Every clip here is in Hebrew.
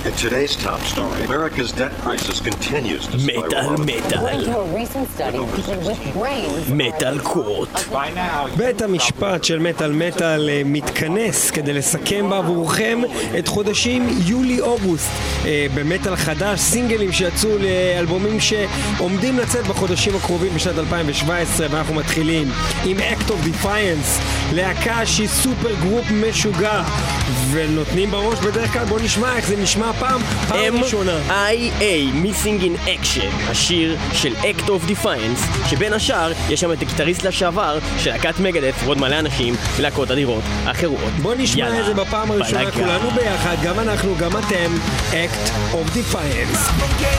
In today's top story, America's debt crisis continues to skyrocket. According to a recent study, people with brains... מטל קורט. בית המשפט של מטל מתכנס כדי לסכם בעבורכם את חודשים יולי-אוגוסט במטל חדש, סינגלים שיצאו לאלבומים שעומדים לצאת בחודשים הקרובים בשנת 2017, ואנחנו מתחילים עם Act of Defiance, להקה שהיא סופר גרופ משוגע ונותנים בראש בדרך כלל. בוא נשמע איך זה נשמע פעם ראשונה. M.I.A. Missing in Action, השיר של Act of Defiance, שבין השאר יש שם את הגיטריסט לשעבר של להקת מגדף ועוד מלא אנשים מלהקות אדירות אחרות. בוא נשמע את זה בפעם הראשונה כולנו ביחד, גם אנחנו גם אתם. Act of Defiance.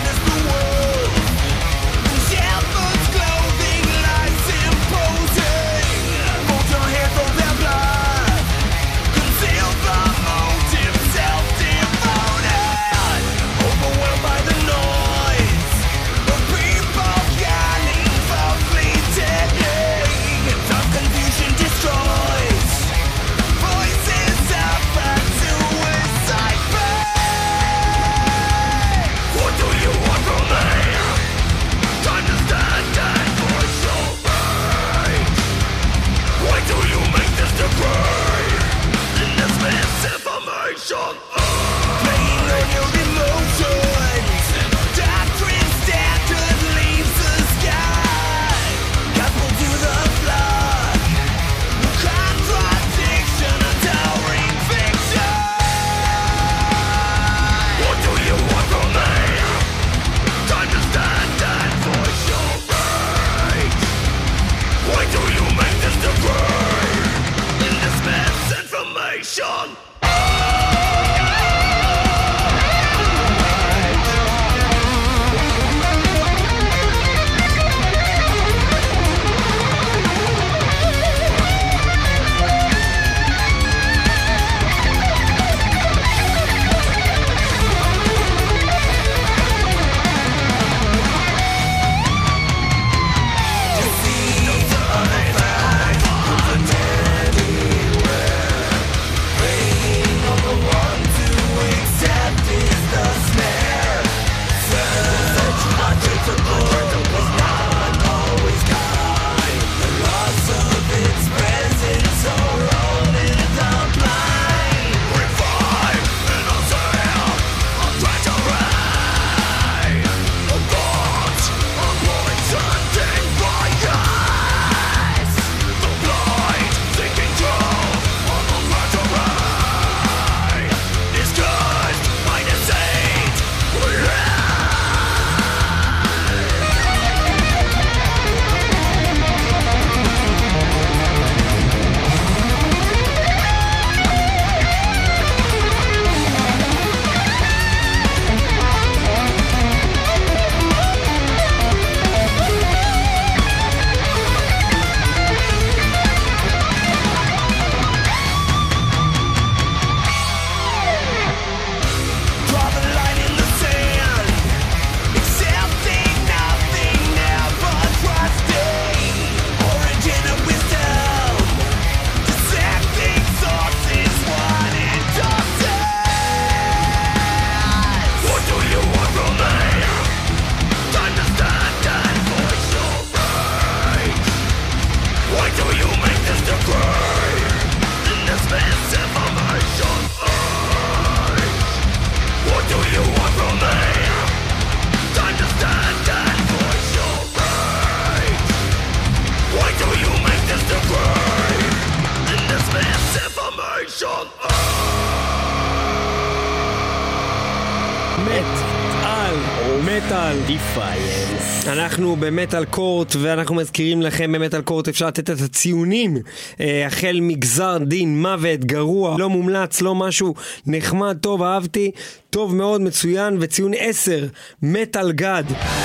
אנחנו במטל קורט, ואנחנו מזכירים לכם במטל קורט אפשר לתת את הציונים החל מגזר דין, מוות, גרוע, לא מומלץ, לא משהו נחמד, טוב, אהבתי, טוב מאוד, מצוין, וציון 10, מטל גד.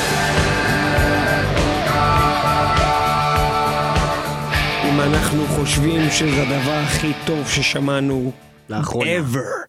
אם אנחנו חושבים שזה הדבר הכי טוב ששמענו לאחרונה ever.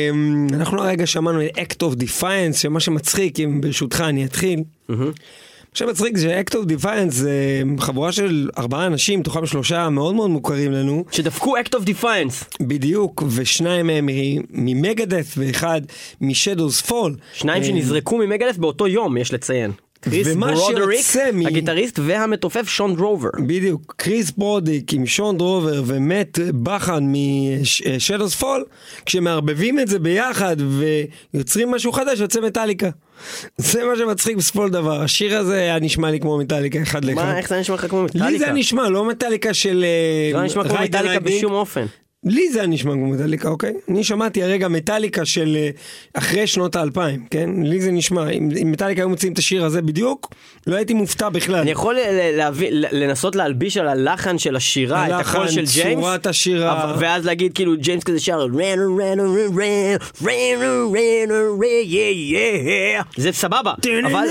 אנחנו הרגע שמענו את Act of Defiance, שמה שמצחיק, אם ברשותך אני אתחיל, מה שמצחיק זה Act of Defiance זה חבורה של 4 אנשים, תוכם 3 מאוד מאוד מוכרים לנו. שדפקו Act of Defiance. בדיוק, ו2 מהם ממגדף ואחד מ-Shadows Fall. 2 שנזרקו ממגדף באותו יום, יש לציין. קריס ברודריק, הגיטריסט והמתופף שון דרובר. בדיוק, קריס ברודריק עם שון דרובר ומט בחן משדוס פול, כשמערבבים את זה ביחד ויוצרים משהו חדש, יוצא מטליקה. זה מה שמצחיק בספול דבר. השיר הזה היה נשמע לי כמו מטליקה אחד לאחד. מה, איך זה נשמע לך כמו מטליקה? לי זה נשמע, לא מטליקה של... זה נשמע כמו מטליקה בשום אופן. לי זה נשמע כמו מטליקה, אוקיי? אני שמעתי הרגע מטליקה של אחרי שנות ה-2000, כן? לי זה נשמע, אם מטליקה היו מוצאים את השיר הזה בדיוק, לא הייתי מופתע בכלל. אני יכול לנסות להלביש על הלחן של השירה, את הקול של ג'יימס, צורת השירה, ואז להגיד כאילו ג'יימס כזה שר, זה סבבה, אבל...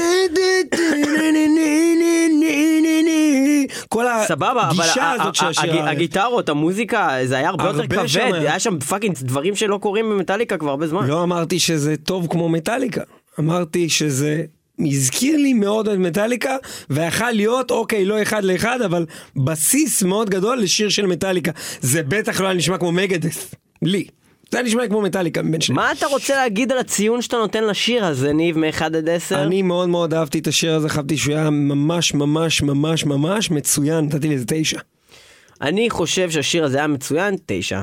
כל הגישה הזאת של השירה. הגיטרות, המוזיקה, זה היה הרבה יותר כבד, היה שם פאקינג דברים שלא קורים במטליקה כבר הרבה זמן. לא אמרתי שזה טוב כמו מטליקה, אמרתי שזה הזכיר לי מאוד את מטליקה, ויכל להיות, אוקיי, לא אחד לאחד, אבל בסיס מאוד גדול לשיר של מטליקה. זה בטח לא נשמע כמו מגדף, לי. זה נשמע כמו מטליקה מבין שני. מה אתה רוצה להגיד על הציון שאתה נותן לשיר הזה, ניב, מ-1-10? אני מאוד מאוד אהבתי את השיר הזה, חשבתי שהוא היה ממש ממש ממש ממש מצוין, נתתי לי זה 9. אני חושב שהשיר הזה היה מצוין, 9.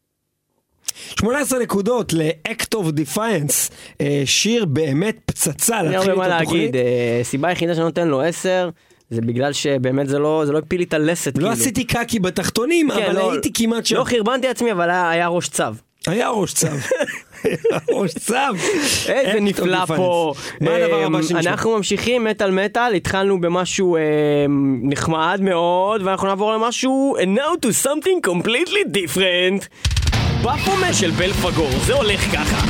18 נקודות ל-Act of Defiance, שיר באמת פצצה להתחיל את התוכנית. אני הרבה מה להגיד, סיבה היחידה שנותן לו 10, זה בגלל שבאמת זה לא הפיל לי את הלסת. לא עשיתי קקי בתחתונים, אבל הייתי כמעט שם. לא חרבנתי עצמי, אבל היה ראש צו. היה ראש צו. ראש צו. איזה נפלא פה. מה הדבר הבא שנשמע? אנחנו ממשיכים מטל, התחלנו במשהו נחמד מאוד, ואנחנו נעבור למשהו now to something completely different. בפומה של בלפגור, זה הולך ככה.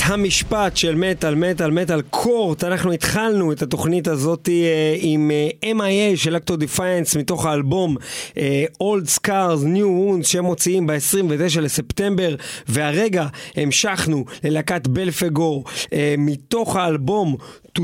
בית המשפט של מטל קורט. אנחנו התחלנו את התוכנית הזאת עם MIA של אקטו דיפיינס מתוך האלבום Old Scars New Wounds שהם מוציאים ב-29 לספטמבר, והרגע המשכנו ללהקת בלפגור מתוך האלבום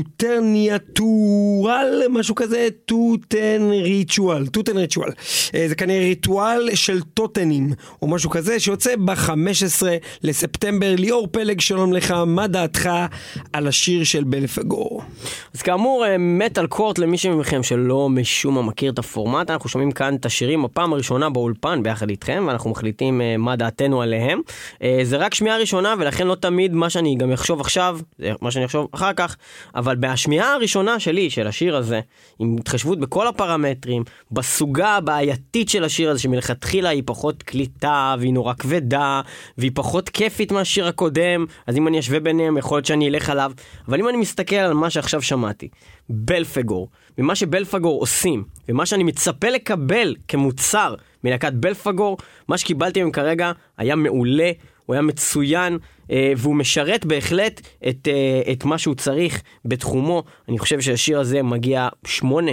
טוטרניאטורל, משהו כזה, טוטן ריטואל. זה כנראה ריטואל של טוטנים או משהו כזה, שיוצא ב-15 לספטמבר. ליאור פלג, שלום לך, מה דעתך על השיר של בלפגור? אז כאמור, מטל קורט, למי שמכם שלא משום מה מכיר את הפורמט, אנחנו שומעים כאן את השירים בפעם הראשונה באולפן ביחד איתכם, ואנחנו מחליטים מה דעתנו עליהם. זה רק שמיעה ראשונה, ולכן לא תמיד מה שאני גם אחשוב עכשיו, זה מה שאני אחשוב אחר כך, אבל בהשמיעה הראשונה שלי, של השיר הזה, עם התחשבות בכל הפרמטרים, בסוגה הבעייתית של השיר הזה, שמלכתחילה היא פחות קליטה, והיא נורא כבדה, והיא פחות כיפית מהשיר הקודם, אז אם אני אשווה ביניהם, יכול להיות שאני אלך עליו, אבל אם אני מסתכל על מה שעכשיו שמעתי, בלפגור, ומה שבלפגור עושים, ומה שאני מצפה לקבל כמוצר מלהקת בלפגור, מה שקיבלתי מהם כרגע היה מעולה, הוא היה מצוין, והוא משרת בהחלט את מה שהוא צריך בתחומו. אני חושב שהשיר הזה מגיע 8,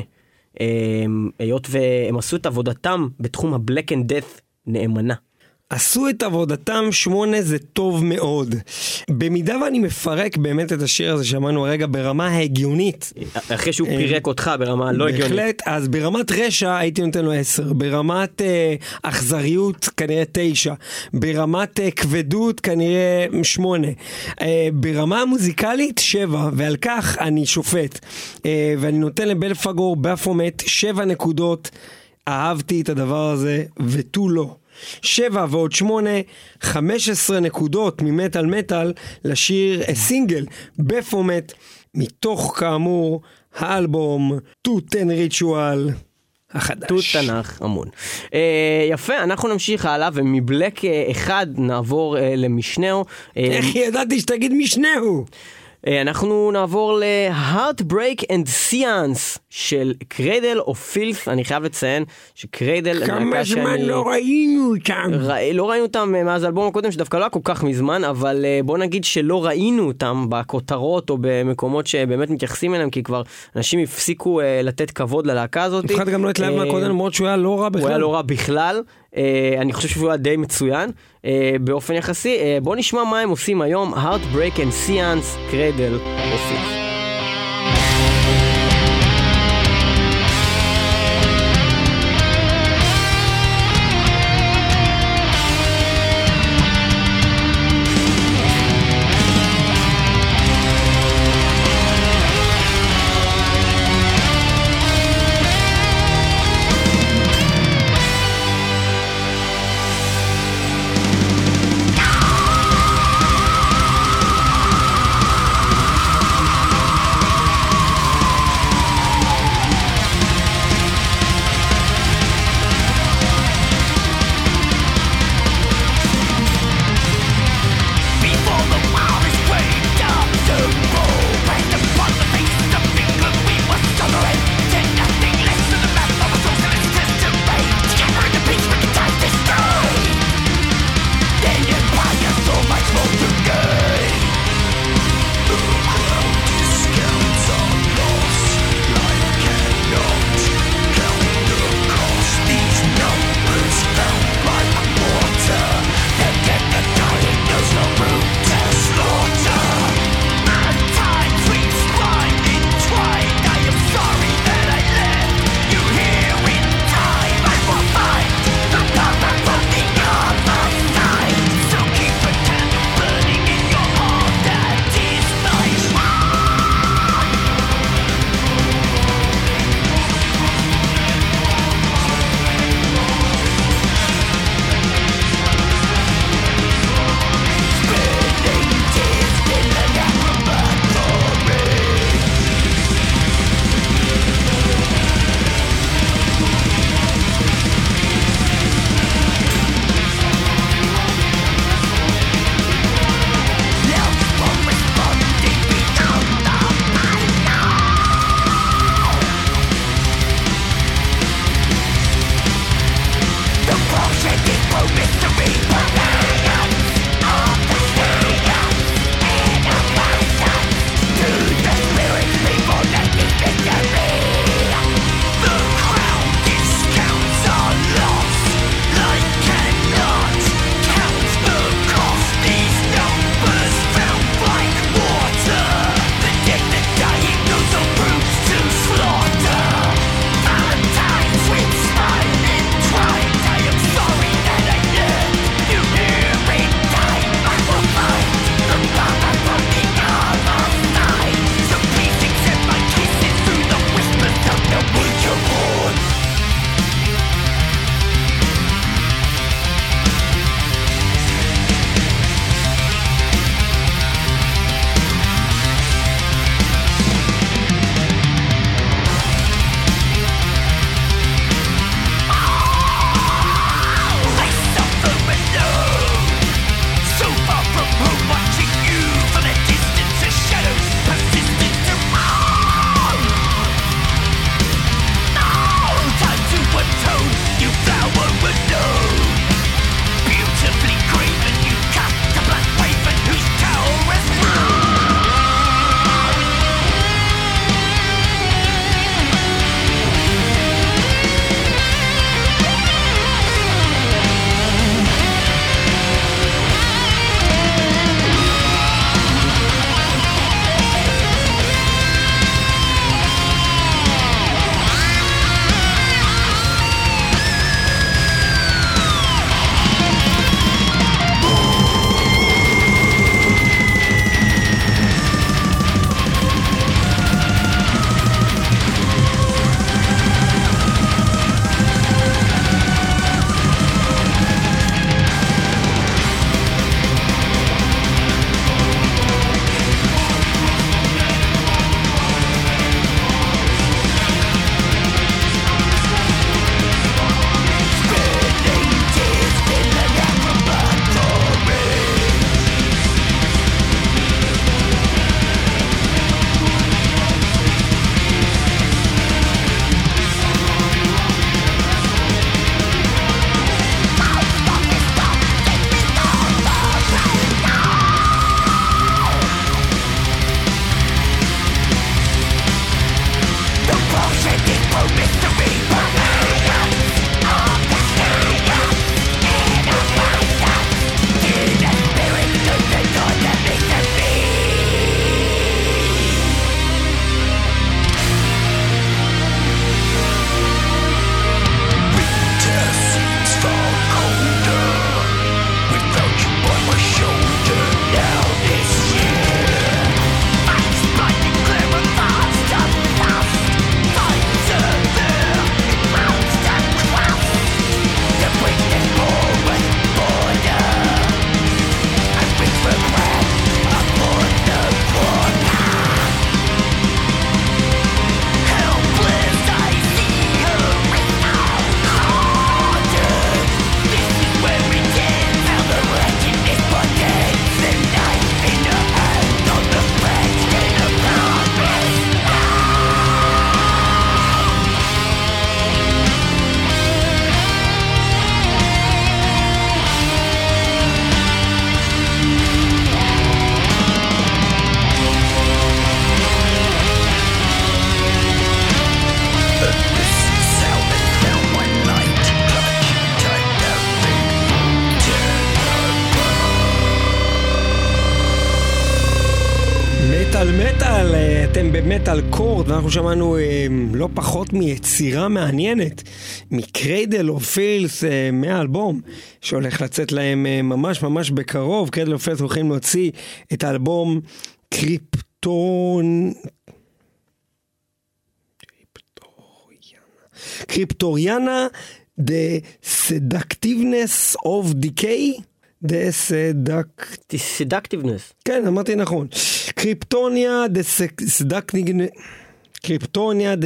היות והם עשו את עבודתם בתחום ה-Black and Death נאמנה. עשו את עבודתם 8, זה טוב מאוד. במידה ואני מפרק באמת את השיר הזה שמענו הרגע ברמה ההגיונית, אחרי שהוא פירק אותך ברמה לא הגיונית, בהחלט, אז ברמת רשע הייתי נותן לו 10, ברמת אכזריות כנראה 9, ברמת כבדות כנראה 8, ברמה מוזיקלית 7, ועל כך אני שופט, ואני נותן לבלפגור בפומט 7 נקודות. אהבתי את הדבר הזה ותו לא. 7 ועוד 8, 15 נקודות ממטל לשיר סינגל בפומט מתוך כאמור האלבום טוטן ריטואל החדש. טוט תנ"ך המון. יפה, אנחנו נמשיך הלאה, ומבלק אחד נעבור למשנהו. איך ידעתי שתגיד משנהו? אנחנו נעבור ל-Heartbreak and Seance של קריידל או פילף. אני חייב לציין שקריידל, כמה זמן לא ראינו אותם. לא ראינו אותם מאז האלבום הקודם, שדווקא לא היה כל כך מזמן, אבל בוא נגיד שלא ראינו אותם בכותרות או במקומות שבאמת מתייחסים אליהם, כי כבר אנשים הפסיקו לתת כבוד ללהקה הזאת. לפחות גם לא התלהב מהקודם, למרות שהוא היה לא רע בכלל. הוא היה לא רע בכלל. אני חושב שהוא היה די מצוין באופן יחסי. בוא נשמע מה הם עושים היום. Heartbreak and Seance, קריידל או פילף. אתם במטל קורד, ואנחנו שמענו לא פחות מיצירה מעניינת, מקריידל אוף פילס מהאלבום, שהולך לצאת להם ממש ממש בקרוב. קריידל אוף פילס הולכים להוציא את האלבום קריפטוריאנה, The Seductiveness of Decay, Seductiveness. כן, אמרתי נכון. קריפטוניה, קריפטוניה,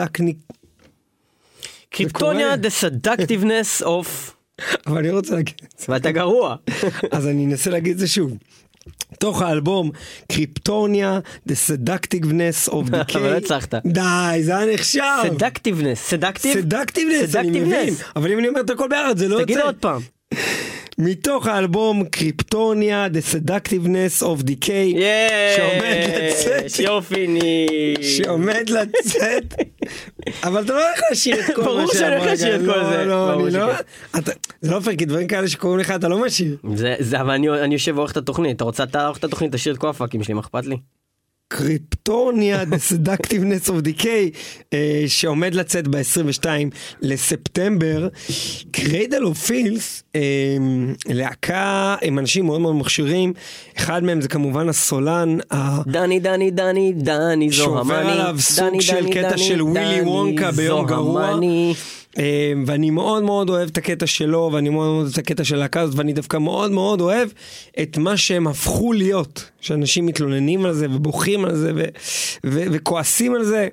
the seductiveness of... אבל אני רוצה להגיד את זה. ואתה גרוע. אז אני אנסה להגיד את זה שוב. תוך האלבום, קריפטוניה, the seductiveness of decay. אבל לא הצלחת. די, זה היה נחשב. Seductiveness, אני מבין. אבל אם אני אומר את הכל ביחד, זה לא יוצא. תגיד עוד פעם. מתוך האלבום קריפטוניה, The Seductiveness of Decay, שעומד לצאת. שעומד לצאת. אבל אתה לא הולך להשאיר את כל מה שאמר. ברור שאני הולך להשאיר את כל זה. זה לא פרק, דברים כאלה שקוראים לך אתה לא משאיר. אבל אני יושב ועורך את התוכנית. אתה רוצה לערוך את התוכנית, תשאיר את כל הפאקים שלי, מה אכפת לי? קריפטוניה, The Seductiveness of Decay, שעומד לצאת ב-22 לספטמבר. קריידל אוף פילס, להקה עם אנשים מאוד מאוד מכשירים. אחד מהם זה כמובן הסולן, דני זוהמני, שעובר עליו סוג של קטע של ווילי וונקה ביום גרוע. ואני מאוד מאוד אוהב את הקטע שלו, ואני מאוד מאוד אוהב את הקטע של הלהקה הזאת, ואני דווקא מאוד מאוד אוהב את מה שהם הפכו להיות, שאנשים מתלוננים על זה ובוכים על זה וכועסים על זה.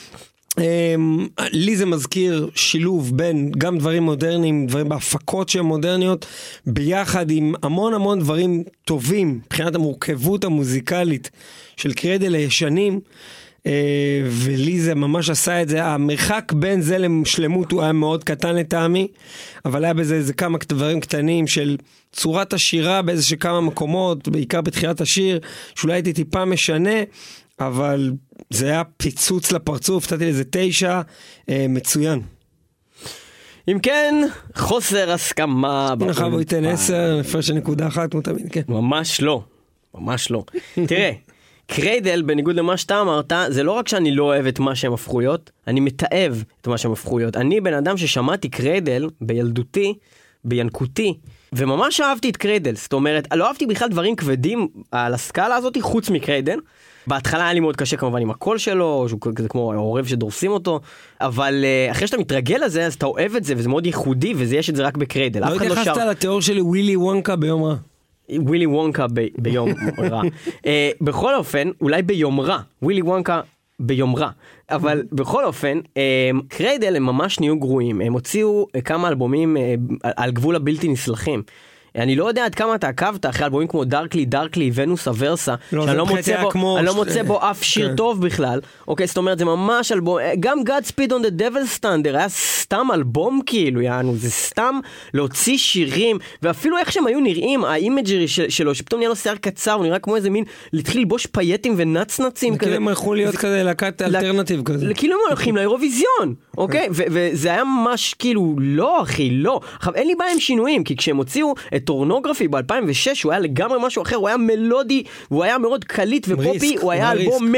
לי זה מזכיר שילוב בין גם דברים מודרניים, דברים בהפקות שהן מודרניות, ביחד עם המון המון דברים טובים, מבחינת המורכבות המוזיקלית של קריידל הישנים, ולי זה ממש עשה את זה. המרחק בין זה לשלמות הוא היה מאוד קטן לטעמי, אבל היה בזה איזה כמה דברים קטנים של צורת השירה באיזה כמה מקומות, בעיקר בתחילת השיר, שאולי הייתי טיפה משנה, אבל זה היה פיצוץ לפרצוף, נתתי לזה 9, מצוין. אם כן, חוסר הסכמה. נכון, בוא ייתן 10, נפרש נקודה אחת, כמו תמיד, כן. ממש לא, ממש לא. תראה, קריידל, בניגוד למה שאתה אמרת, זה לא רק שאני לא אוהב את מה שהם הפכו להיות, אני מתאהב את מה שהם הפכו להיות. אני בן אדם ששמעתי קריידל בילדותי, בינקותי, וממש אהבתי את קריידל. זאת אומרת, לא אהבתי בכלל דברים כבדים על הסקאלה הזאת, חוץ מקריידל. בהתחלה היה לי מאוד קשה כמובן עם הקול שלו, זה כמו עורב שדורסים אותו, אבל אחרי שאתה מתרגל לזה, אז אתה אוהב את זה, וזה מאוד ייחודי, וזה יש את זה רק בקריידל. לא התייחסת לתיאור שלי ווילי וונקה ביום רע. ווילי וונקה ביום רע. בכל אופן, אולי ביום רע. ווילי וונקה ביום רע. אבל בכל אופן, קריידל הם ממש נהיו גרועים. הם הוציאו כמה אלבומים על גבול הבלתי נסלחים. אני לא יודע עד כמה אתה עקבת אחרי אלבומים כמו דארקלי, ונוס אברסה, שאני לא מוצא בו אף שיר טוב בכלל. אוקיי, זאת אומרת, זה ממש אלבום, גם Godspeed on the Devil's Thunder היה סתם אלבום כאילו, יענו, זה סתם להוציא שירים, ואפילו איך שהם היו נראים, האימג'רי שלו, שפתאום נהיה לו שיער קצר, הוא נראה כמו איזה מין, להתחיל לבוש פייטים ונצנצים כזה. כאילו הם הלכו להיות כזה להקת אלטרנטיב כזה. כאילו הם הולכים לאירוויזיון, אוקיי? וזה היה ממש כאילו, לא אחי, לא. עכשיו, אין לי בעיה עם שינויים, כי כשהם הוציאו את טורנוגרפי ב-2006, הוא היה לגמרי משהו אחר, הוא היה מלודי, והוא היה מאוד קליט ופופי, הוא היה אלבום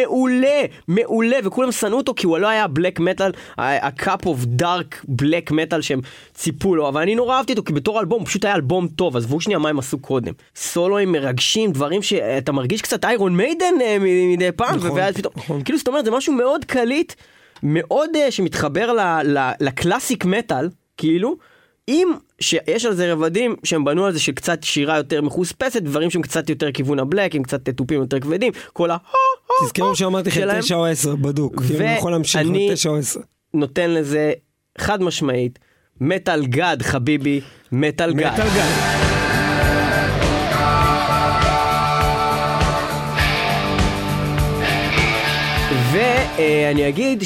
מעולה, וכולם שנאו אותו, כי הוא לא היה בלק מטל, ה-cup of dark בלק מטל שהם ציפו לו, אבל אני נורא אהבתי אותו, כי בתור אלבום, הוא פשוט היה אלבום טוב, אז בואו שנייה מה הם עשו קודם. סולוים מרגשים, דברים שאתה מרגיש קצת איירון מיידן מדי פעם, ואז פתאום, כאילו זאת אומרת, זה משהו מאוד קליט, מאוד שמתחבר לקלאסיק מטל, כאילו, אם שיש על זה רבדים שהם בנו על זה של קצת שירה יותר מחוספסת, דברים שהם קצת יותר כיוון הבלק, עם קצת טופים יותר כבדים, כל תזכרו שאמרתי לכם 9 או 10 בדוק, ואני נותן לזה חד משמעית, מטל גד חביבי, מטל גד. ואני אגיד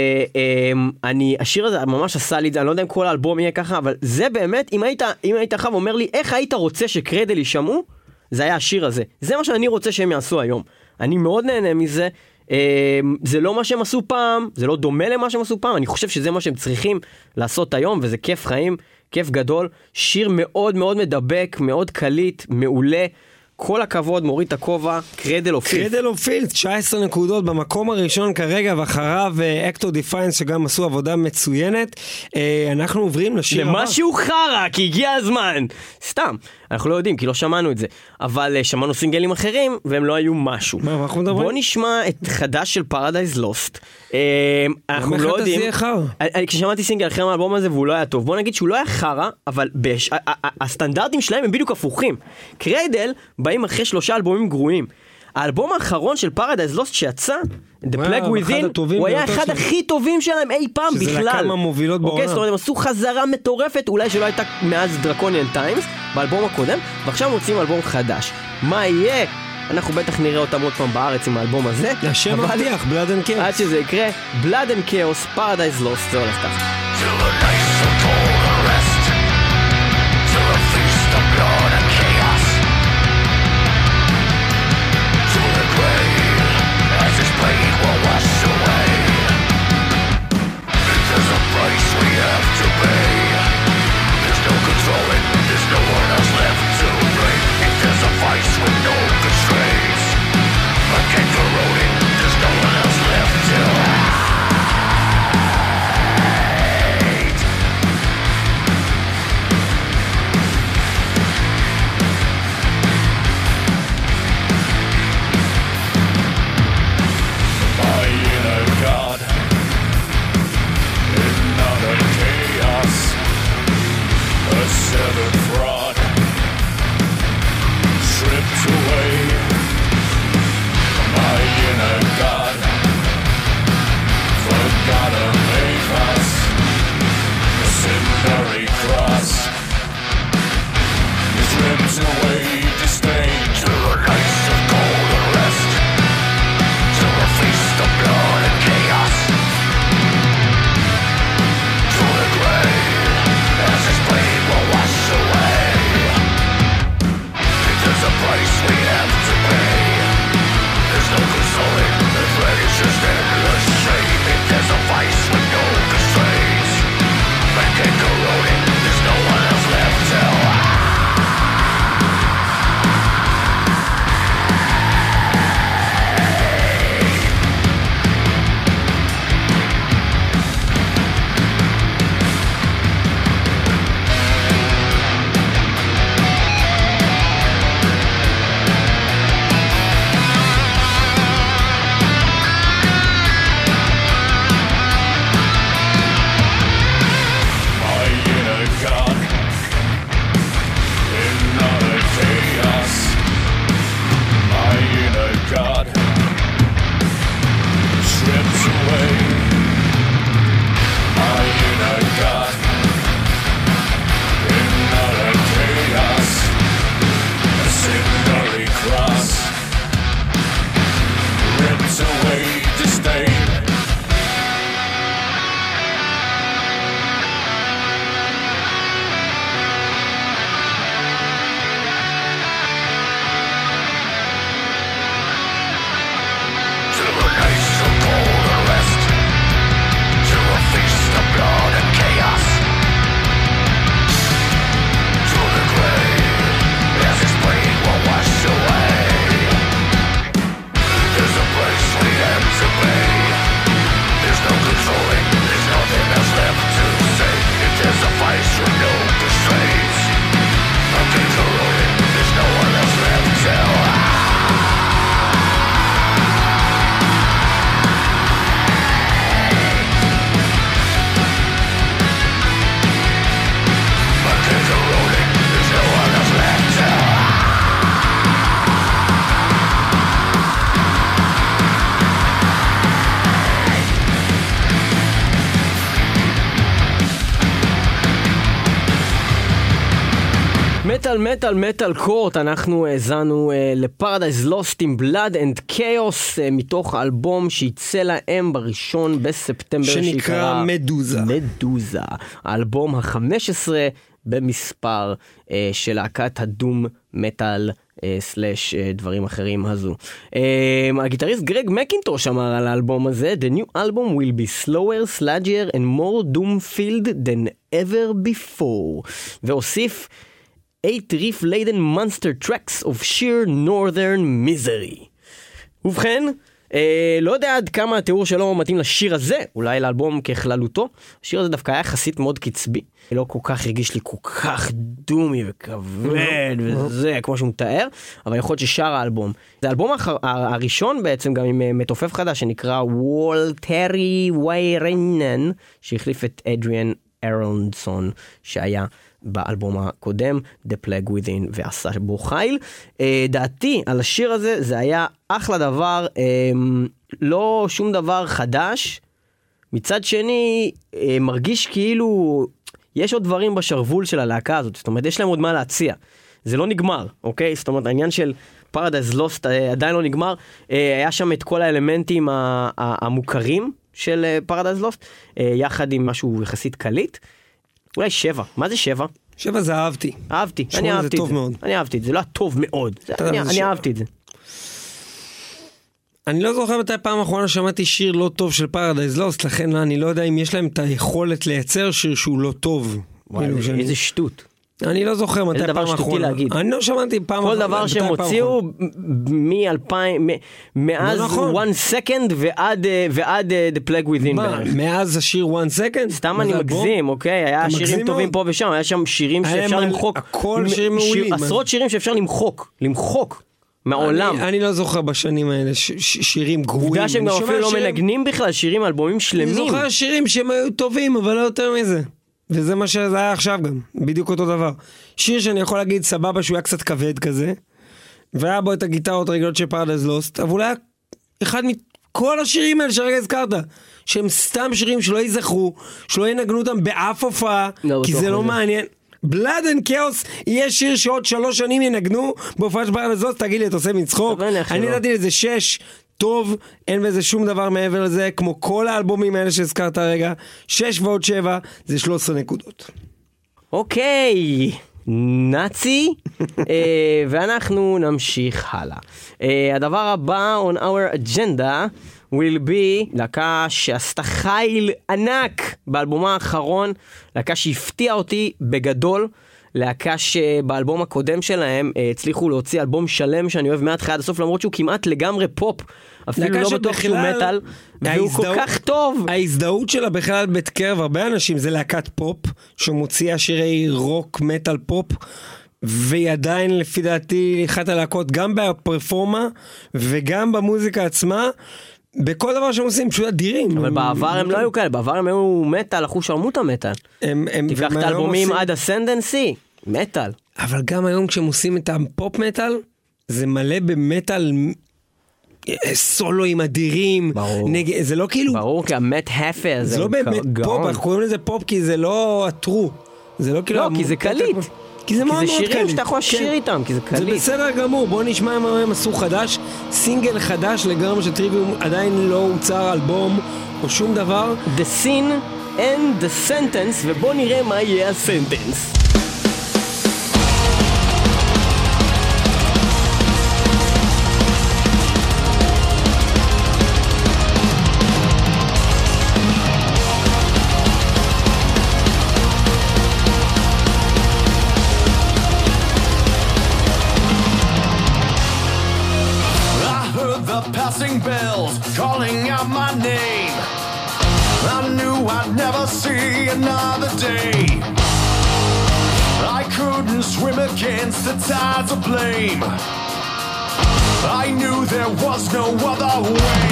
השיר הזה ממש עשה לי את זה, אני לא יודע אם כל האלבום יהיה ככה, אבל זה באמת, אם היית אחר ואומר לי, איך היית רוצה שקריידל יישמעו, זה היה השיר הזה. זה מה שאני רוצה שהם יעשו היום. אני מאוד נהנה מזה, זה לא מה שהם עשו פעם, זה לא דומה למה שהם עשו פעם, אני חושב שזה מה שהם צריכים לעשות היום, וזה כיף חיים, כיף גדול, שיר מאוד מאוד מדבק, מאוד קליט, מעולה, כל הכבוד, מוריד את הכובע, קרדל אוף פילד. קרדל אוף פילד, 19 נקודות במקום הראשון כרגע, ואחריו אקטו דיפיינס שגם עשו עבודה מצוינת. אנחנו עוברים לשיר הבא. למשהו חרה, כי הגיע הזמן. סתם, אנחנו לא יודעים, כי לא שמענו את זה. אבל שמענו סינגלים אחרים, והם לא היו משהו. מה אנחנו מדברים? בוא נשמע את חדש של Paradise Lost. אנחנו לא למה יודעים. זה יהיה חרה? כששמעתי סינגל אחר מהאלבום הזה, והוא לא היה טוב. בוא נגיד שהוא לא היה חרה, אבל הסטנדרטים שלהם הם בדיוק הפוכים. קרדל באים אחרי 3 אלבומים גרועים. האלבום האחרון של Paradise Lost שיצא, The Plague Within, הוא היה אחד הכי טובים שלהם אי פעם בכלל. שזה לקה מהמובילות בעולם. זאת אומרת, הם עשו חזרה מטורפת, אולי שלא הייתה מאז Draconian Times, באלבום הקודם, ועכשיו מוצאים אלבום חדש. מה יהיה? אנחנו בטח נראה אותם עוד פעם בארץ עם האלבום הזה. השם מבטיח, Blood and Chaos. עד שזה יקרה, Blood and Chaos, Paradise Lost, זה הולך ככה. מטל קורט, אנחנו האזנו לפרדייז לוסט עם בלאד אנד קיוס מתוך האלבום שיצא להם בראשון בספטמבר שנקרא מדוזה. מדוזה, האלבום ה-15 במספר של להקת הדום מטל סלש דברים אחרים הזו. הגיטריסט גרג מקינטוש אמר על האלבום הזה, The new album will be slower, sludgier and more doom-filled than ever before. והוסיף, 8 riff-laden monster tracks of sheer northern misery. ובכן, לא יודע עד כמה התיאור שלו מתאים לשיר הזה, אולי לאלבום ככללותו. השיר הזה דווקא היה יחסית מאוד קצבי, לא כל כך הרגיש לי כל כך דומי וכבד וזה, כמו שהוא מתאר, אבל יכול להיות ששר האלבום. זה האלבום הראשון בעצם גם עם מתופף חדש שנקרא וולטרי ויירנן, שהחליף את אדריאן ארלנדסון שהיה באלבום הקודם, The Plague Within, ועשה בו חיל. דעתי על השיר הזה, זה היה אחלה דבר, לא שום דבר חדש. מצד שני, מרגיש כאילו יש עוד דברים בשרוול של הלהקה הזאת, זאת אומרת, יש להם עוד מה להציע. זה לא נגמר, אוקיי? זאת אומרת, העניין של Paradise Lost עדיין לא נגמר. היה שם את כל האלמנטים המוכרים של Paradise Lost, יחד עם משהו יחסית קליט. אולי 7. מה זה 7? 7 זה אהבתי. אהבתי, אני אהבתי את זה. טוב מאוד. אני אהבתי את זה, זה לא טוב מאוד. אני אהבתי את זה. אני לא זוכר מתי פעם האחרונה שמעתי שיר לא טוב של Paradise Lost, לכן אני לא יודע אם יש להם את היכולת לייצר שיר שהוא לא טוב. איזה שטות. אני לא זוכר מתי פעם האחרונה. אני לא שמעתי פעם כל דבר שהם הוציאו מאז 1 second ועד The Plague Within. מאז השיר 1 second? סתם אני מגזים, אוקיי? היה שירים טובים פה ושם, היה שם שירים שאפשר למחוק. הכל שירים מעולים. עשרות שירים שאפשר למחוק. מעולם. אני לא זוכר בשנים האלה שירים גרועים. עובדה שהם גם אפילו לא מנגנים בכלל, שירים, אלבומים שלמים. אני זוכר שירים שהם היו טובים, אבל לא יותר מזה. וזה מה שזה היה עכשיו גם, בדיוק אותו דבר. שיר שאני יכול להגיד סבבה שהוא היה קצת כבד כזה, והיה בו את הגיטרות הרגילות של Paradise Lost, אבל אולי אחד מכל השירים האלה שהרגע הזכרת, שהם סתם שירים שלא ייזכרו, שלא ינגנו אותם באף הופעה, כי זה לא מעניין. Blood and Chaos יהיה שיר שעוד 3 שנים ינגנו בהופעה של Paradise Lost, תגיד לי, אתה עושה מצחוק? אני נתתי לזה 6, טוב, אין בזה שום דבר מעבר לזה, כמו כל האלבומים האלה שהזכרת הרגע, 6 ועוד 7, זה 13 נקודות. אוקיי, נאצי, ואנחנו נמשיך הלאה. הדבר הבא on our agenda will be להקה שעשתה חיל ענק באלבומה האחרון, להקה שהפתיעה אותי בגדול, להקה שבאלבום הקודם שלהם הצליחו להוציא אלבום שלם שאני אוהב מההתחלה עד הסוף, למרות שהוא כמעט לגמרי פופ, אפילו לא בטוח שהוא מטל, והוא כל כך טוב. ההזדהות שלה בכלל בקרב הרבה אנשים זה להקת פופ, שמוציאה שירי רוק, מטל, פופ, והיא עדיין לפי דעתי אחת הלהקות גם בפרפורמה וגם במוזיקה עצמה, בכל דבר שהם עושים פשוט אדירים. אבל בעבר הם לא היו כאלה, בעבר הם היו מטל, אחו שרמות המטל. תפתח את האלבומים עד הסנדנסי, מטל. אבל גם היום כשהם עושים את הפופ מטל, זה מלא במטל סולואים אדירים. ברור. זה לא כאילו... ברור, כי המט הפר זה לא באמת פופ, אנחנו קוראים לזה פופ כי זה לא הטרו. זה לא כאילו... לא, כי זה קליט. כי זה מאוד מאוד קליט. כי זה שירים שאתה יכול לשיר איתם, כי זה קליט. זה בסדר גמור, בואו נשמע מה הם עשו חדש. סינגל חדש לגמרי של טריוויום, עדיין לא הוצר אלבום או שום דבר. The Sin and the Sentence, ובואו נראה מה יהיה הסנטנס. Bells calling out my name. I knew I'd never see another day. I couldn't swim against the tides of blame. I knew there was no other way.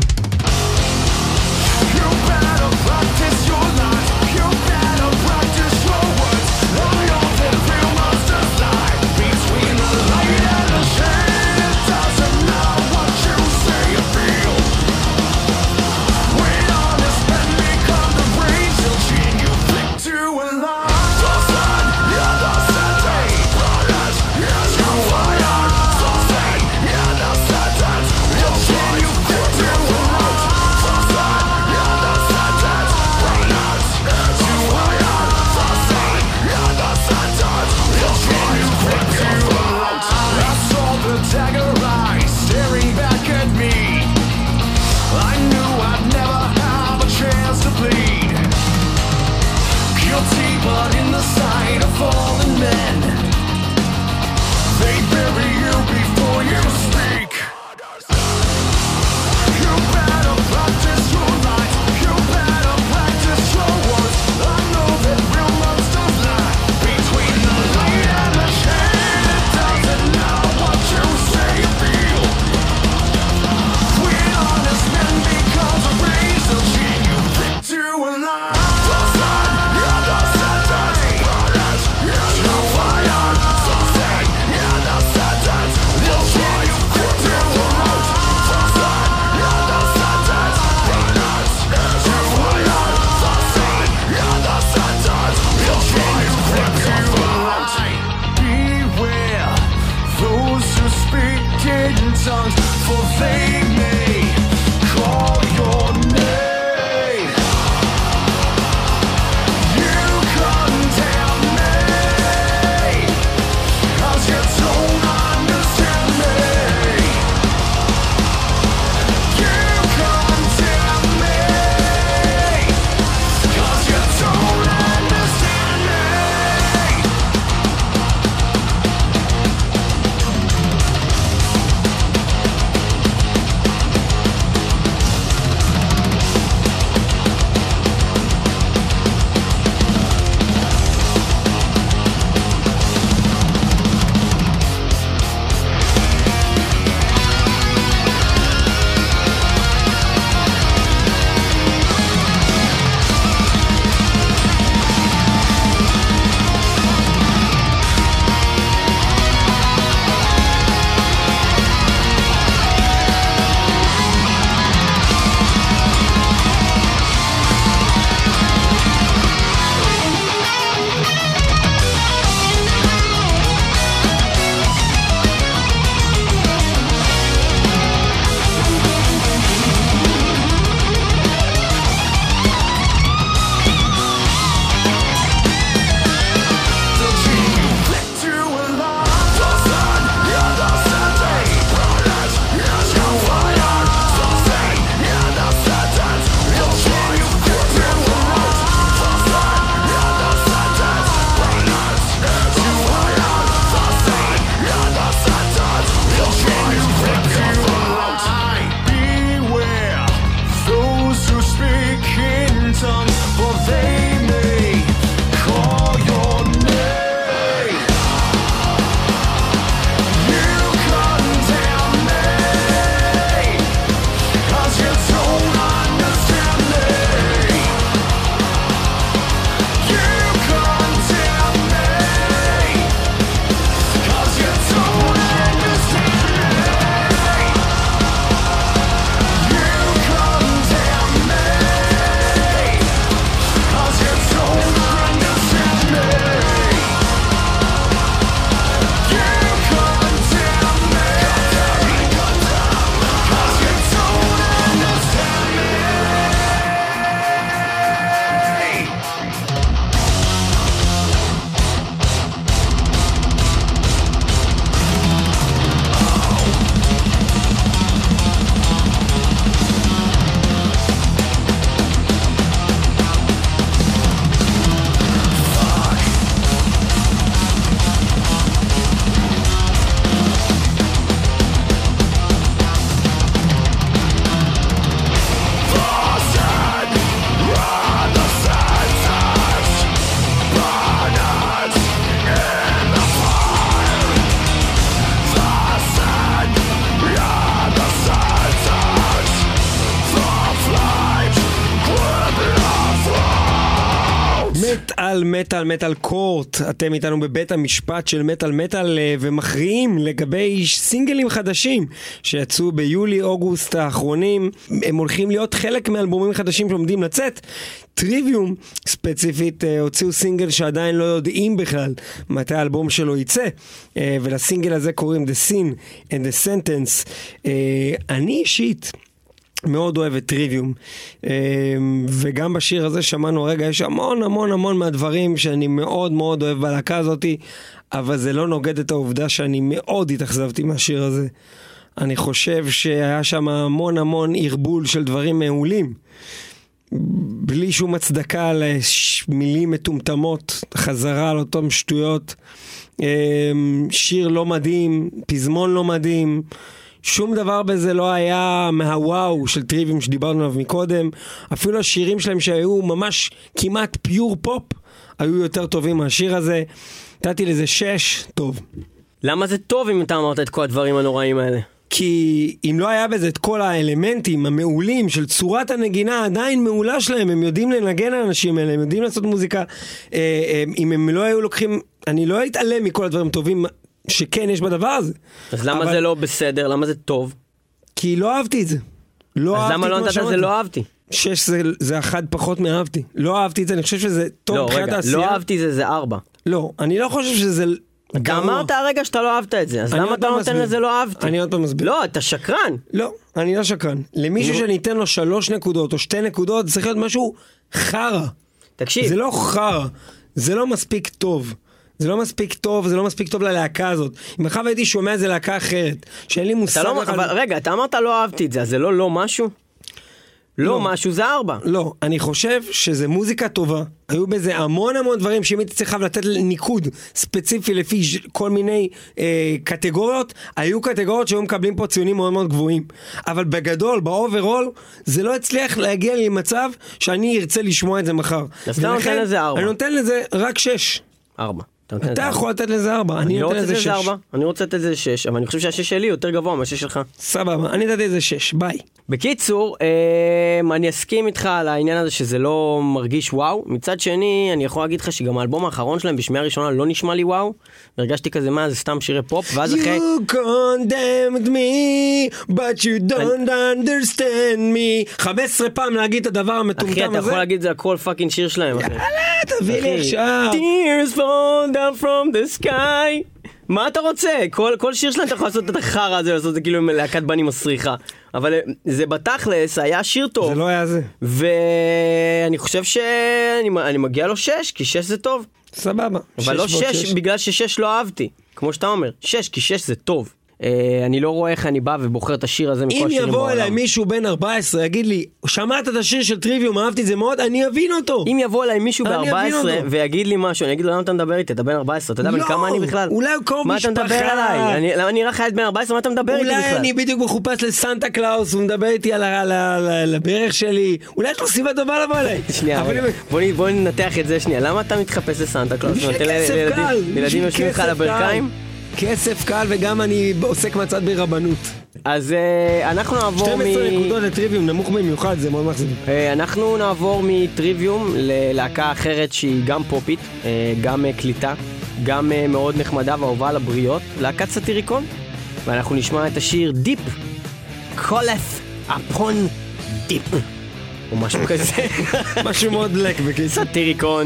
You better practice your lines. You better practice your words. I often feel monsters lie between the light and the shade. It doesn't matter what you say or feel. When honest men become the brains, you'll chain you flick to a line. So sad, you're the sentence. Brothers, yes, you fire. So sad, you're the sentence. You'll chain you flick to a line. So sad, you're the sentence. tongues, for they may call your name. You condemn me, 'cause you don't understand me. You condemn me, 'cause you don't understand me. Beware those who speak in tongues, for they may call your name. You condemn me, 'cause you don't understand me. You condemn me, 'cause you don't understand me. You condemn me, 'cause you don't understand me. You condemn me, 'cause you don't understand me. מטל, מטל, מטל קורט, אתם איתנו בבית המשפט של מטל מטל ומכריעים לגבי סינגלים חדשים שיצאו ביולי-אוגוסט האחרונים. הם הולכים להיות חלק מאלבומים חדשים שעומדים לצאת. טריוויום ספציפית הוציאו סינגל שעדיין לא יודעים בכלל מתי האלבום שלו יצא, ולסינגל הזה קוראים The Sin and the Sentence. אני אישית מאוד אוהב את טריוויום, וגם בשיר הזה שמענו, רגע, יש המון המון המון מהדברים שאני מאוד מאוד אוהב בלהקה הזאת, אבל זה לא נוגד את העובדה שאני מאוד התאכזבתי מהשיר הזה. אני חושב שהיה שם המון המון ערבול של דברים מעולים, בלי שום הצדקה למילים מטומטמות, חזרה על אותם שטויות, שיר לא מדהים, פזמון לא מדהים, שום דבר בזה לא היה מהוואו של טריווים שדיברנו עליו מקודם. אפילו השירים שלהם שהיו ממש כמעט פיור פופ היו יותר טובים מהשיר הזה. נתתי לזה 6, טוב. למה זה טוב אם אתה אמרת את כל הדברים הנוראים האלה? כי אם לא היה בזה את כל האלמנטים המעולים של צורת הנגינה עדיין מעולה שלהם, הם יודעים לנגן האנשים האלה, הם יודעים לעשות מוזיקה, אם הם לא היו לוקחים, אני לא אתעלם מכל הדברים טובים שכן יש בדבר הזה. אז למה זה לא בסדר? למה זה טוב? כי לא אהבתי את זה. אז למה לא נתת זה לא אהבתי? 6 זה 1 פחות מאהבתי. לא אהבתי את זה, אני חושב שזה טוב מבחינת העשייה. לא אהבתי זה 4. לא, אני לא חושב שזה אתה אמרת הרגע שאתה לא אהבת את זה, אז למה אתה נותן לזה לא אהבתי? אני עוד פעם מסביר. לא, אתה שקרן. לא, אני לא שקרן. למישהו שאני אתן לו 3 נקודות או 2 נקודות, זה צריך להיות משהו חרא. תקשיב. זה לא חרא, זה לא מספיק טוב. זה לא מספיק טוב, זה לא מספיק טוב ללהקה הזאת. אם אחר הייתי שומע איזה להקה אחרת, שאין לי מושג... אבל רגע, אתה אמרת לא אהבתי את זה, אז זה לא משהו? לא משהו, זה 4. לא, אני חושב שזה מוזיקה טובה. היו בזה המון דברים שאם הייתי צריך לתת ניקוד ספציפי לפי כל מיני קטגוריות, היו קטגוריות שהיו מקבלים פה ציונים מאוד מאוד גבוהים. אבל בגדול, באוברול, זה לא הצליח להגיע לי למצב שאני ארצה לשמוע את זה מחר. אז אתה נותן לזה 4. אני נותן לזה רק 6. 4. אתה יכול לתת לזה 4, אני נותן לזה 6. אני רוצה לתת לזה 6, אבל אני חושב שה6 שלי יותר גבוה מה6 שלך. סבבה, אני נתתי לזה 6, ביי. בקיצור, אני אסכים איתך על העניין הזה שזה לא מרגיש וואו. מצד שני, אני יכול להגיד לך שגם האלבום האחרון שלהם בשמיעה ראשונה לא נשמע לי וואו. והרגשתי כזה מה, זה סתם שירי פופ, ואז אחרי... You condemned me, but you don't understand me. 15 פעם להגיד את הדבר המטומטם הזה. אחי, אתה יכול להגיד את זה על כל פאקינג שיר שלהם, אחי. יאללה, תביא לי עכשיו. Tears fall down from the sky. מה אתה רוצה? כל שיר שלהם אתה יכול לעשות את החרא הזה, לעשות את זה כאילו עם להקת בנים מסריחה. אבל זה בתכלס היה שיר טוב. זה לא היה זה. ואני חושב שאני מגיע לו 6, כי 6 זה טוב. סבבה. אבל לא 6 בגלל ש6 לא אהבתי. כמו שאתה אומר, 6 כי 6 זה טוב. אני לא רואה איך אני בא ובוחר את השיר הזה מכל אם השירים בעולם. יבוא אליי מישהו בן 14, יגיד לי, שמעת את השיר של טריוויום, אהבתי את זה מאוד, אני אבין אותו. אם יבוא אליי מישהו ב-14 ויגיד לי משהו, אני אגיד לו, למה אתה מדבר איתי? אתה בן 14, אתה יודע בן כמה אני בכלל? אולי הוא קרוב משפחה. מה אתה מדבר עליי? למה אני נראה חיית בן 14, מה אתה מדבר איתי בכלל? אולי אני בדיוק מחופש לסנטה קלאוס, הוא מדבר איתי על הברך שלי, אולי יש לו סיבה טובה לבוא אליי. שנייה, בוא ננתח את זה שנייה, למה אתה מתחפש לסנטה קלאוס? ילדים יושבים לך על הברכיים? כסף קל וגם אני עוסק מצד ברבנות. אז אנחנו נעבור 12 נקודות לטריוויום, נמוך במיוחד, זה מאוד מחזיק. אנחנו נעבור מטריוויום ללהקה אחרת שהיא גם פופית, גם קליטה, גם מאוד נחמדה ואהובה על הבריות, להקת סאטיריקון, ואנחנו נשמע את השיר דיפ, calleth upon דיפ, או משהו כזה. משהו מאוד לק בקיצור. סאטיריקון.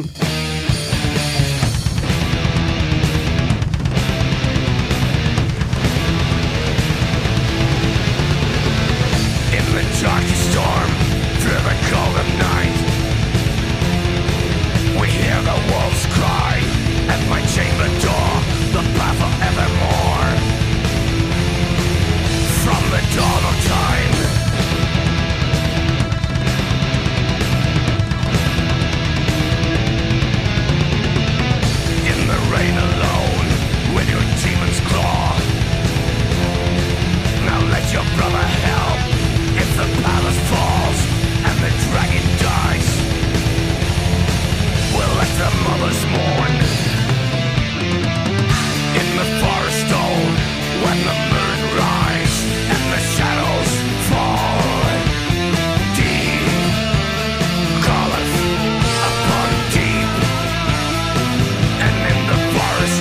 Darkest storm, through the cold of night, we hear the wolves cry at my chamber door, the path of evermore. From the dawn of time, in the rain alone, with your demon's claw. Now let your brother help. If the palace falls and the dragon dies, we'll let the mothers mourn. In the forest old, when the moon rise and the shadows fall, deep calleth upon deep, and in the forest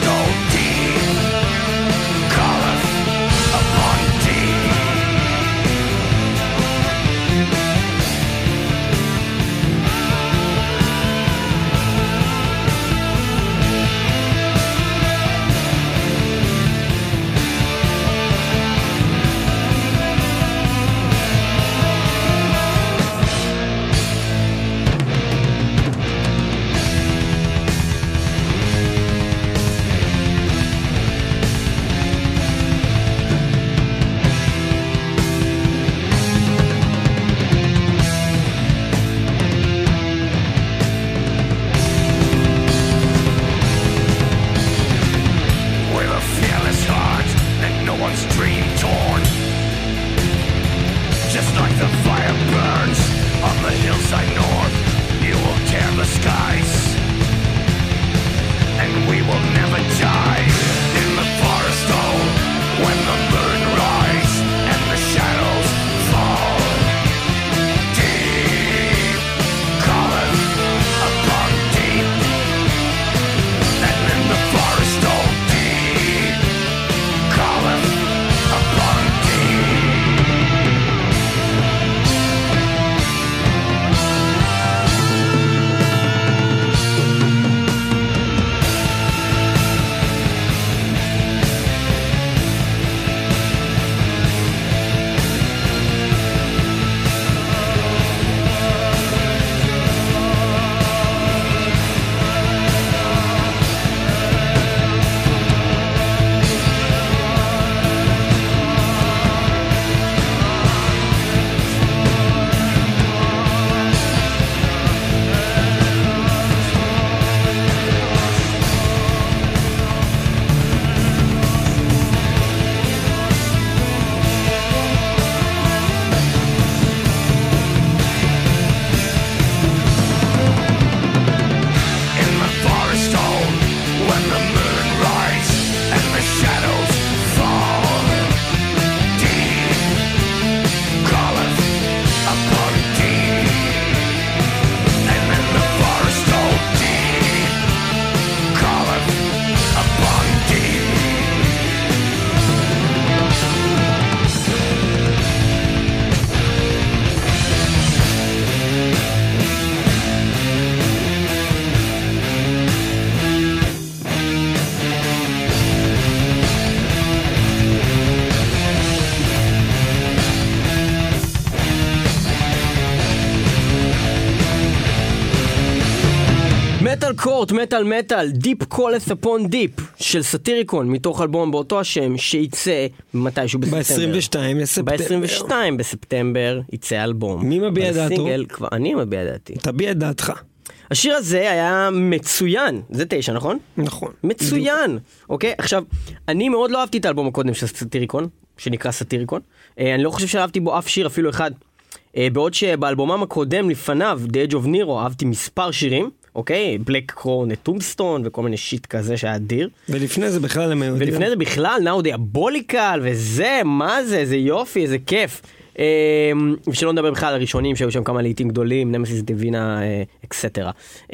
קורט, מטל מטל, דיפ קולס אפון דיפ של סאטיריקון, מתוך אלבום באותו השם, שיצא מתישהו בספטמבר. ב-22 לספטמבר. ב-22 בספטמבר יצא אלבום. מי מביע דעתו? הסינגל, כבר אני מביע דעתי. תביע את דעתך. השיר הזה היה מצוין, זה 9, נכון? נכון. מצוין, אוקיי? עכשיו, אני מאוד לא אהבתי את האלבום הקודם של סאטיריקון, שנקרא סאטיריקון. אני לא חושב שאהבתי בו אף שיר, אפילו אחד. בעוד שבאלבומם הקודם לפניו, The Edge of Nero, אהבתי מספר שירים, אוקיי? בלק קרון, טומסטון וכל מיני שיט כזה שהיה אדיר. ולפני זה בכלל הם היו... ולפני זה בכלל, נאו דיאבוליקל, וזה, מה זה? זה יופי, איזה כיף. ושלא נדבר בכלל על הראשונים שהיו שם כמה לעיתים גדולים, נמסיס דיווינה, אקסטרה.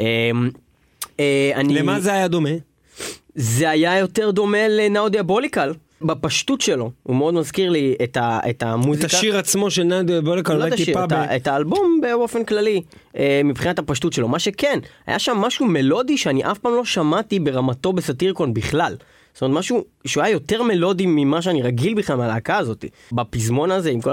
למה זה היה דומה? זה היה יותר דומה לנאו דיאבוליקל. בפשטות שלו, הוא מאוד מזכיר לי את המוזיקה. את השיר עצמו של נאו דיאבוליקל, לא את השיר, את האלבום באופן כללי, מבחינת הפשטות שלו. מה שכן, היה שם משהו מלודי שאני אף פעם לא שמעתי ברמתו בסאטיריקון בכלל. זאת אומרת, משהו שהוא היה יותר מלודי ממה שאני רגיל בכלל מהלהקה הזאת. בפזמון הזה, עם כל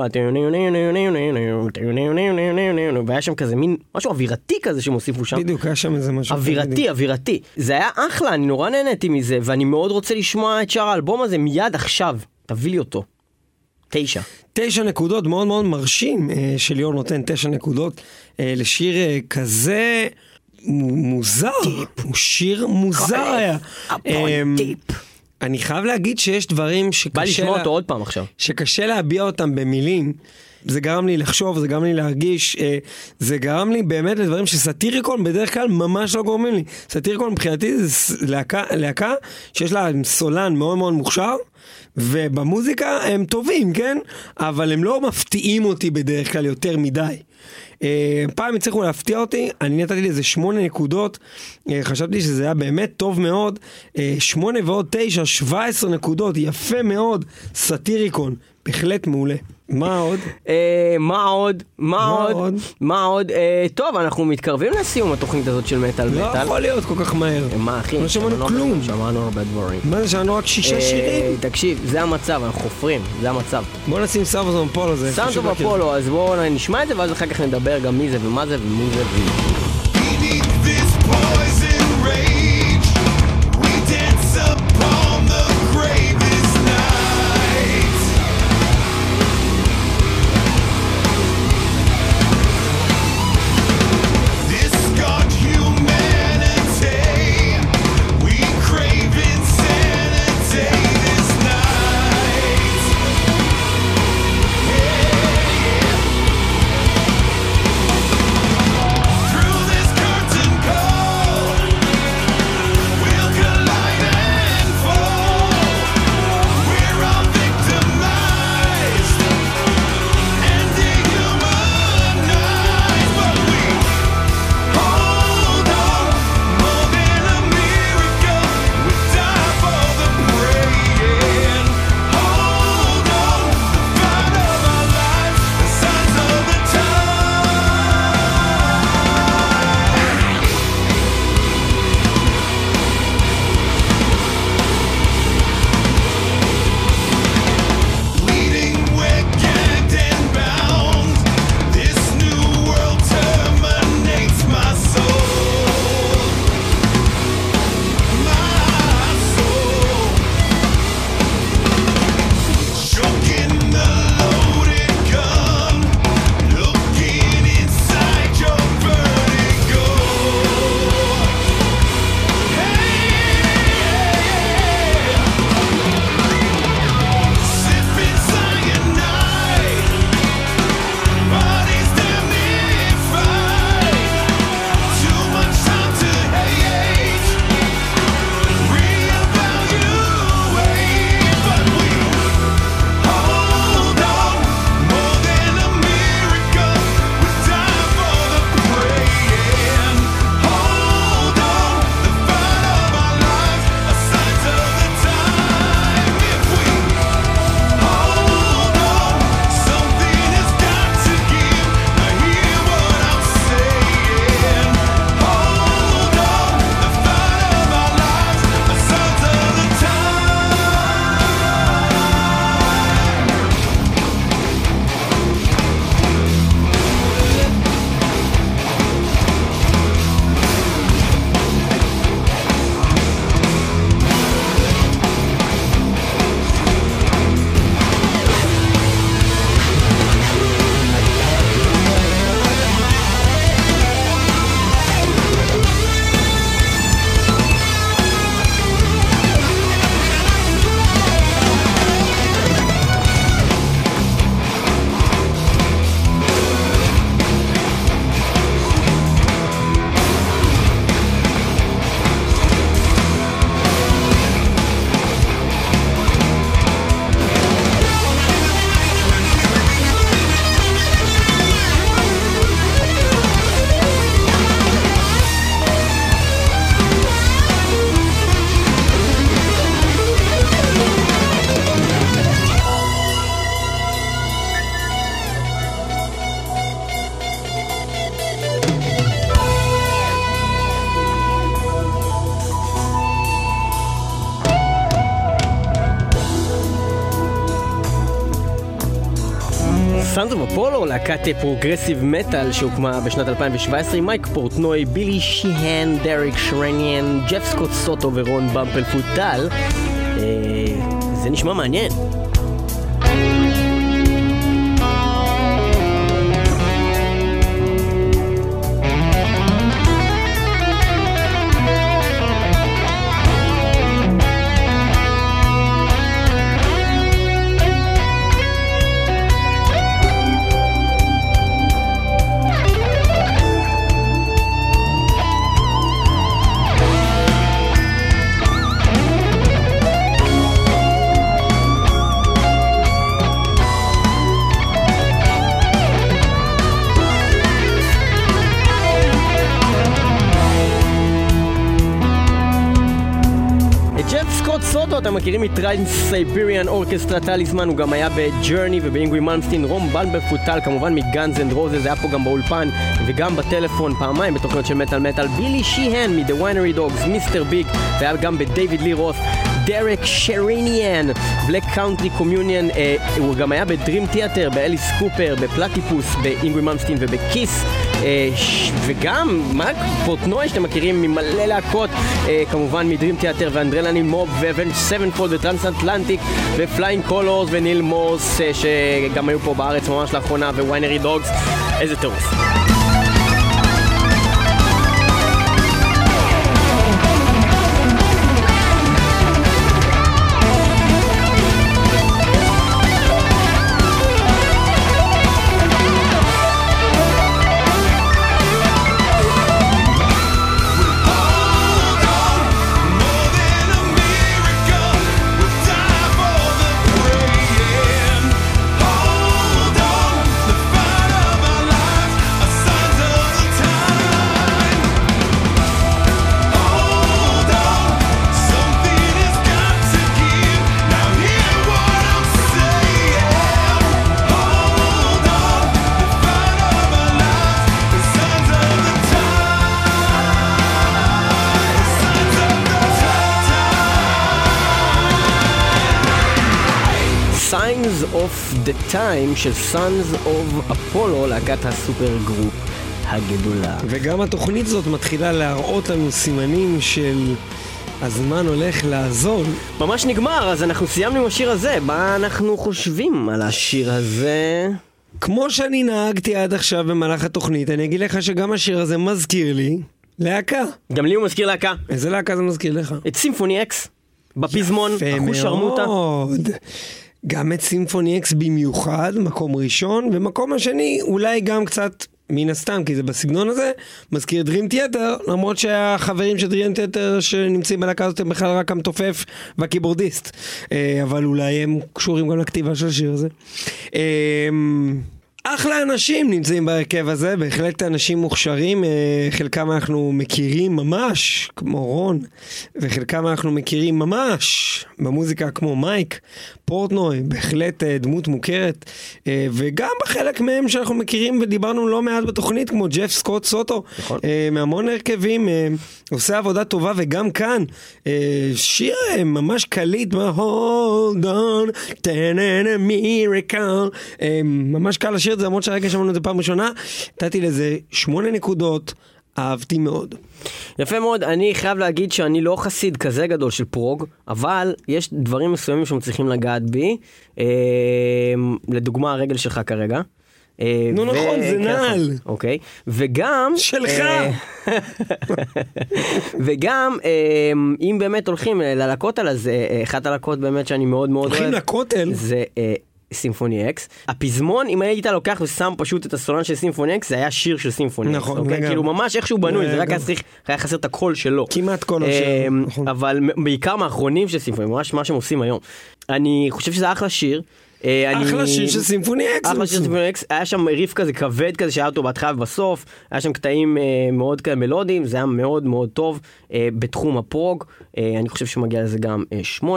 והיה שם כזה מין משהו אווירתי כזה שהם הוסיפו שם. בדיוק, היה שם איזה משהו. אווירתי. זה היה אחלה, אני נורא נהניתי מזה, ואני מאוד רוצה לשמוע את שאר האלבום הזה מיד עכשיו. תביא לי אותו. 9. 9 נקודות, מאוד מאוד מרשים שליאור נותן 9 נקודות לשיר כזה מוזר. הוא שיר מוזר היה. אני חייב להגיד שיש דברים בא לשמוע אותו עוד פעם עכשיו. שקשה להביע אותם במילים. זה גרם לי לחשוב, זה גרם לי להרגיש, זה גרם לי באמת לדברים שסאטיריקון בדרך כלל ממש לא גורמים לי. סאטיריקון מבחינתי זה להקה שיש לה סולן מאוד מאוד מוכשר, ובמוזיקה הם טובים, כן? אבל הם לא מפתיעים אותי בדרך כלל יותר מדי. פעם הצליחו להפתיע אותי, אני נתתי לזה 8 נקודות, חשבתי שזה היה באמת טוב מאוד, 8 ועוד 9, 17 נקודות, יפה מאוד, סאטיריקון, בהחלט מעולה. מה עוד? מה עוד? טוב, אנחנו מתקרבים לסיום התוכנית הזאת של מטל מטל. לא יכול להיות כל כך מהר. מה אחי? לא שמענו כלום. שמענו הרבה דברים. מה זה, שמענו רק 6 שירים? תקשיב, זה המצב, אנחנו חופרים, זה המצב. בוא נשים סאונדס אוף אפולו. סאונדס אוף אפולו, אז בואו נשמע את זה, ואז אחר כך נדבר גם מי זה ומה זה ומי זה ומי. Beneath this poison rage, we dance upon the gravest night. This scarred humanity, we crave insanity this night. Through Sons of Apollo, להקת פרוגרסיב מטל שהוקמה בשנת 2017 עם מייק פורטנוי, בילי שיהן, דריק שרניאן, ג'ף סקוט סוטו ורון במפלפוט טל. זה נשמע מעניין. אתם מכירים מטרנס סייבריאן אורקסטרה טליסמן, הוא גם היה בג'רני ובאינגווי מלמסטין. רום במפלפוט כמובן מגאנז אנד רוזס, היה פה גם באולפן וגם בטלפון פעמיים בתוכניות של מטל. בילי שיהן מ-The Winery Dogs, מיסטר ביג, והיה גם בדייוויד לי רוס. דרק שריניאן, בלק קאונטרי קומיוניאן, הוא גם היה בדרים תיאטר, באליס קופר, בפלטיפוס, באינגווי מלמסטין ובכיס, וגם מייק פורטנוי שאתם מכירים ממלא להקות, כמובן מדרים תיאטר ואנדרלנים מוב ואבנג' סבנפולד וטרנס-אטלנטיק ופליינג קולורס וניל מוס שגם היו פה בארץ ממש לאחרונה, וויינרי דוגס. איזה טירוף. The Time של Sons of Apollo, להקת הסופר גרופ הגדולה. וגם התוכנית הזאת מתחילה להראות לנו סימנים של הזמן הולך לעזור. ממש נגמר, אז אנחנו סיימנו עם השיר הזה. מה אנחנו חושבים על השיר הזה? כמו שאני נהגתי עד עכשיו במהלך התוכנית, אני אגיד לך שגם השיר הזה מזכיר לי להקה. גם לי הוא מזכיר להקה. איזה להקה זה מזכיר לך? את סימפוני אקס, בפזמון, אחוש שרמוטה. יפה מאוד. גם את סימפוני אקס במיוחד, מקום ראשון, ומקום השני אולי גם קצת מן הסתם, כי זה בסגנון הזה, מזכיר דרים תיאטר, למרות שהחברים של דרים תיאטר שנמצאים בלהקה הזאת הם בכלל רק המתופף והקיבורדיסט, אבל אולי הם קשורים גם לכתיבה של השיר הזה. אחלה אנשים נמצאים בהרכב הזה, בהחלט אנשים מוכשרים, חלקם אנחנו מכירים ממש, כמו רון, וחלקם אנחנו מכירים ממש במוזיקה כמו מייק פורטנוי, בהחלט דמות מוכרת, וגם בחלק מהם שאנחנו מכירים ודיברנו לא מעט בתוכנית, כמו ג'ף סקוט סוטו, מהמון הרכבים, עושה עבודה טובה, וגם כאן, שיר ממש קליט, hold on, turn in a miracle, ממש קל לשיר את זה, למרות שהרגע שמענו את זה פעם ראשונה, נתתי לזה 8 נקודות, אהבתי מאוד. יפה מאוד, אני חייב להגיד שאני לא חסיד כזה גדול של פרוג, אבל יש דברים מסוימים שמצליחים לגעת בי, לדוגמה הרגל שלך כרגע. נו נכון, זה נעל. אוקיי, וגם... שלך! וגם, אם באמת הולכים ללכותל, אז אחת הלכות באמת שאני מאוד מאוד אוהב. הולכים לכותל? זה... סימפוני אקס. הפזמון, אם היית לוקח ושם פשוט את הסולן של סימפוני אקס, זה היה שיר של סימפוני אקס. נכון, אוקיי? כאילו ממש איכשהו בנוי, זה רק היה חסר את הקול שלו. כמעט כל השיר. נכון. אבל בעיקר מהאחרונים של סימפוני, ממש מה שהם עושים היום. אני חושב שזה אחלה שיר. אחלה שיר של סימפוני אקס. אחלה שיר של סימפוני אקס. היה שם ריף כזה כבד כזה שהיה אותו בהתחלה ובסוף. היה שם קטעים מאוד כאלה מלודיים. זה היה מאוד מאוד טוב בתחום הפרוג. אני חושב שמגיע לזה גם 8.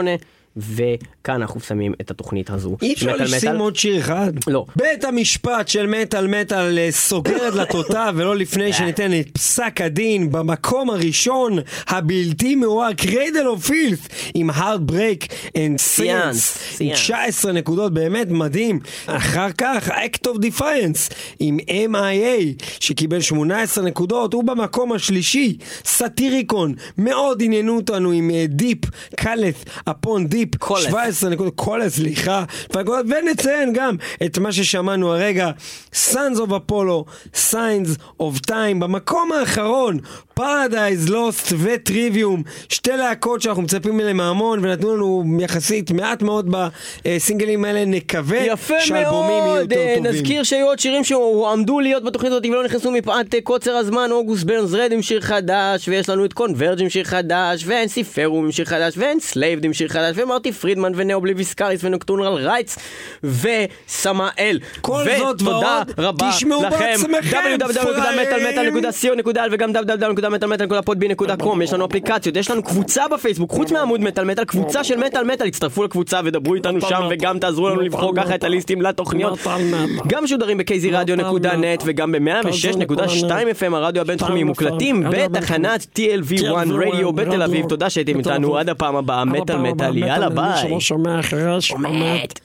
וכאן אנחנו שמים את התוכנית הזו. אי אפשר לשים עוד שיר אחד? לא. בית המשפט של מטל סוגר את דלתותיו, ולא לפני שניתן את פסק הדין במקום הראשון הבלתי מעורר, קריידל אוף פילת' עם Heartbreak and Science, 19 נקודות, באמת מדהים. אחר כך Act of Defiance עם MIA שקיבל 18 נקודות, הוא במקום השלישי. סאטיריקון מאוד עניינו אותנו עם דיפ, קלת אפון דיפ, 17 נקודות, קולס, סליחה, ונציין גם את מה ששמענו הרגע, Sons of Apollo, Signs of Time, במקום האחרון, Paradise Lost וטריוויום, שתי להקות שאנחנו מצפים אליהם המון, ונתנו לנו יחסית מעט מאוד בסינגלים האלה, נקווה שהאלבומים יהיו יותר טובים. נזכיר שהיו עוד שירים שעמדו להיות בתוכנית הזאת ולא נכנסו מפאת קוצר הזמן, אוגוסט ברנס רד עם שיר חדש, ויש לנו את קונברג' עם שיר חדש, ואנסי פרום עם שיר חדש, ואנסלייבד עם שיר חדש, ומרטי פרידמן ונאובליביסקריס ונוקטורנל רייטס וסמאל. כל זאת ועוד תשמעו בעצמכם, www.metalmetal.co.il וגם www.metalmetal.podbean.com. יש לנו אפליקציות, יש לנו קבוצה בפייסבוק, חוץ מעמוד מטל מטל, קבוצה של מטל מטל, הצטרפו לקבוצה ודברו איתנו שם, וגם תעזרו לנו לבחור ככה את הליסטים לתוכניות. גם משודרים ב-kzradio.net וגם ב-106.2 FM הרדיו הבינתחומי, מוקלטים בתחנת TLV1 רדיו בתל אביב. תודה שהייתם איתנו, עד הפעם הבאה, מטל מטל, יאללה ביי.